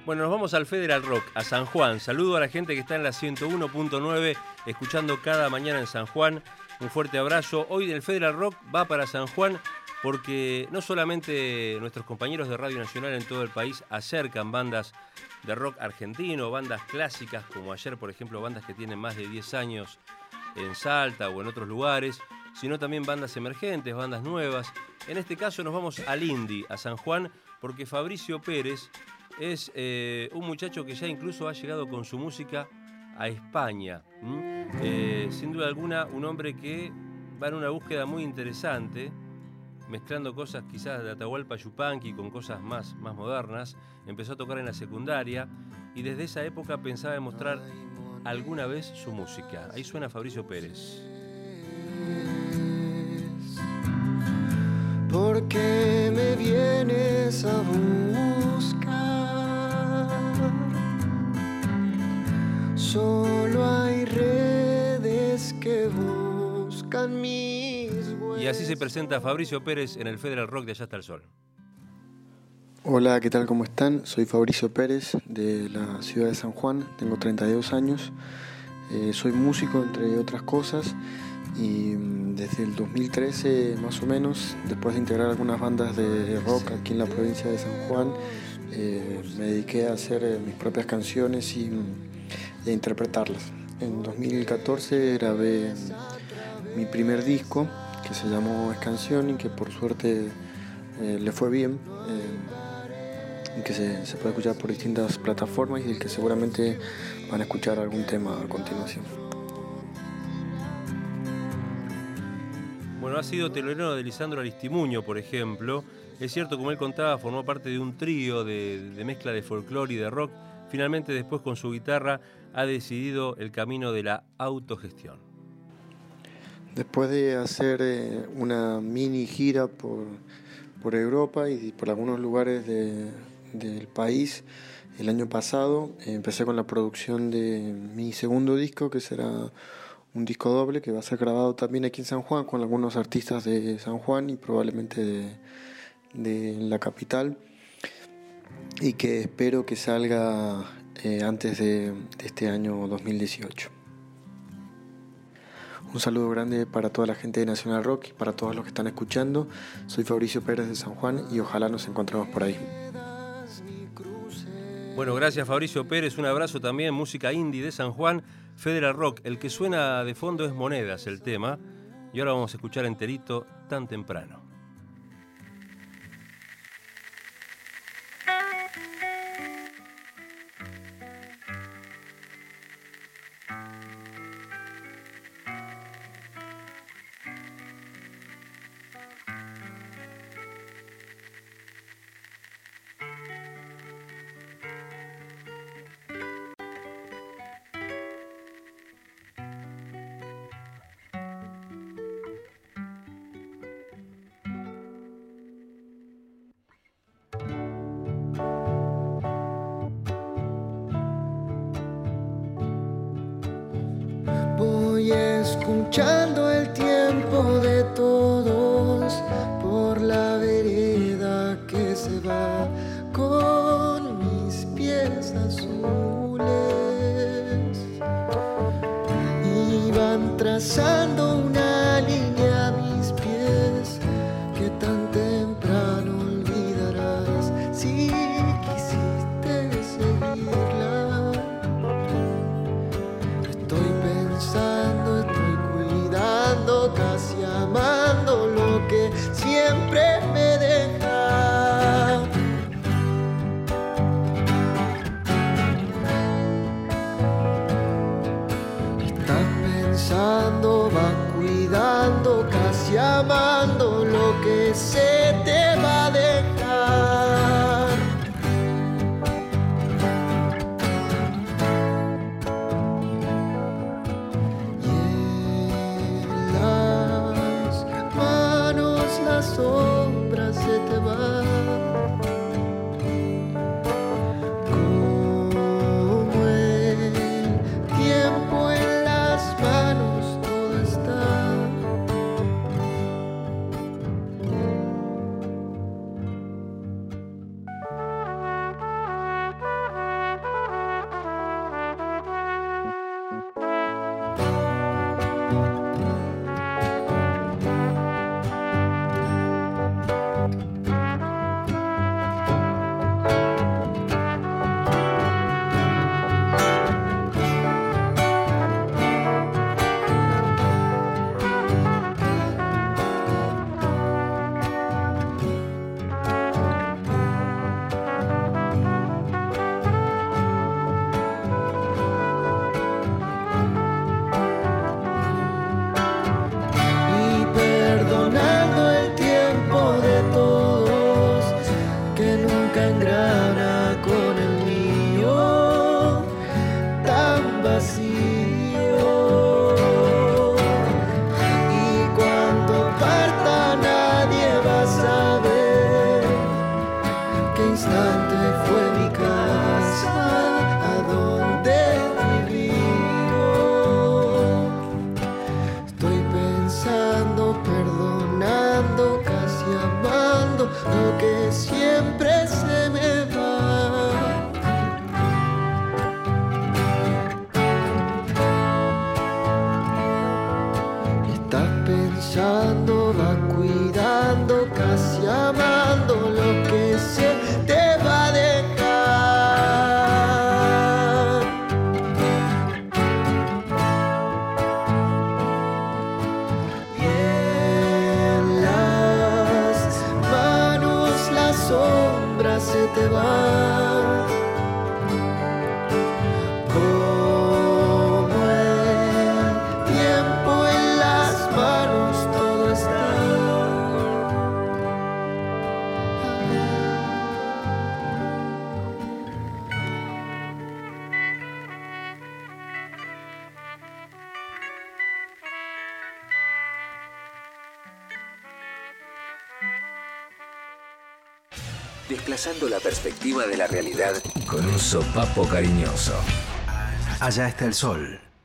Bueno, nos vamos al Federal Rock, a San Juan. Saludo a la gente que está en la 101.9, escuchando cada mañana en San Juan. Un fuerte abrazo. Hoy el Federal Rock va para San Juan porque no solamente nuestros compañeros de Radio Nacional en todo el país acercan bandas de rock argentino, bandas clásicas, como ayer, por ejemplo, bandas que tienen más de 10 años en Salta o en otros lugares, sino también bandas emergentes, bandas nuevas. En este caso nos vamos al Indy, a San Juan, porque Fabricio Pérez es un muchacho que ya incluso ha llegado con su música a España. Sin duda alguna, un hombre que va en una búsqueda muy interesante, mezclando cosas quizás de Atahualpa Yupanqui con cosas más modernas. Empezó a tocar en la secundaria y desde esa época pensaba en mostrar alguna vez su música. Ahí suena Fabricio Pérez. ¿Por qué me vienes a buscar? Solo hay redes que buscan mis huellas. Y así se presenta Fabricio Pérez en el Federal Rock de Allá Está el Sol. Hola, ¿qué tal? ¿Cómo están? Soy Fabricio Pérez de la ciudad de San Juan, tengo 32 años, soy músico entre otras cosas y desde el 2013 más o menos, después de integrar algunas bandas de rock aquí en la provincia de San Juan, me dediqué a hacer mis propias canciones y a interpretarlas. En 2014 grabé mi primer disco que se llamó Escanción y que por suerte le fue bien, que se puede escuchar por distintas plataformas y del que seguramente van a escuchar algún tema a continuación. Bueno, ha sido telonero de Lisandro Aristimuño, por ejemplo. Es cierto, como él contaba, formó parte de un trío de mezcla de folclore y de rock. Finalmente, después con su guitarra, ha decidido el camino de la autogestión. Después de hacer una mini gira por Europa y por algunos lugares del país, el año pasado empecé con la producción de mi segundo disco, que será un disco doble que va a ser grabado también aquí en San Juan con algunos artistas de San Juan y probablemente de la capital, y que espero que salga antes de este año 2018. Un saludo grande para toda la gente de Nacional Rock y para todos los que están escuchando. Soy Fabricio Pérez de San Juan y ojalá nos encontremos por ahí. Bueno, gracias Fabricio Pérez, un abrazo también, música indie de San Juan, Federal Rock. El que suena de fondo es Monedas, el tema, y ahora vamos a escuchar enterito Tan Temprano. Voy escuchando el tiempo de todos por la vereda que se va con mis pies azules y van trazando una línea a mis pies que tan temprano olvidarás si quisiste seguirla. Estoy pensando, estoy cuidando, casi amando. desplazando la perspectiva de la realidad con un sopapo cariñoso. Allá está el sol.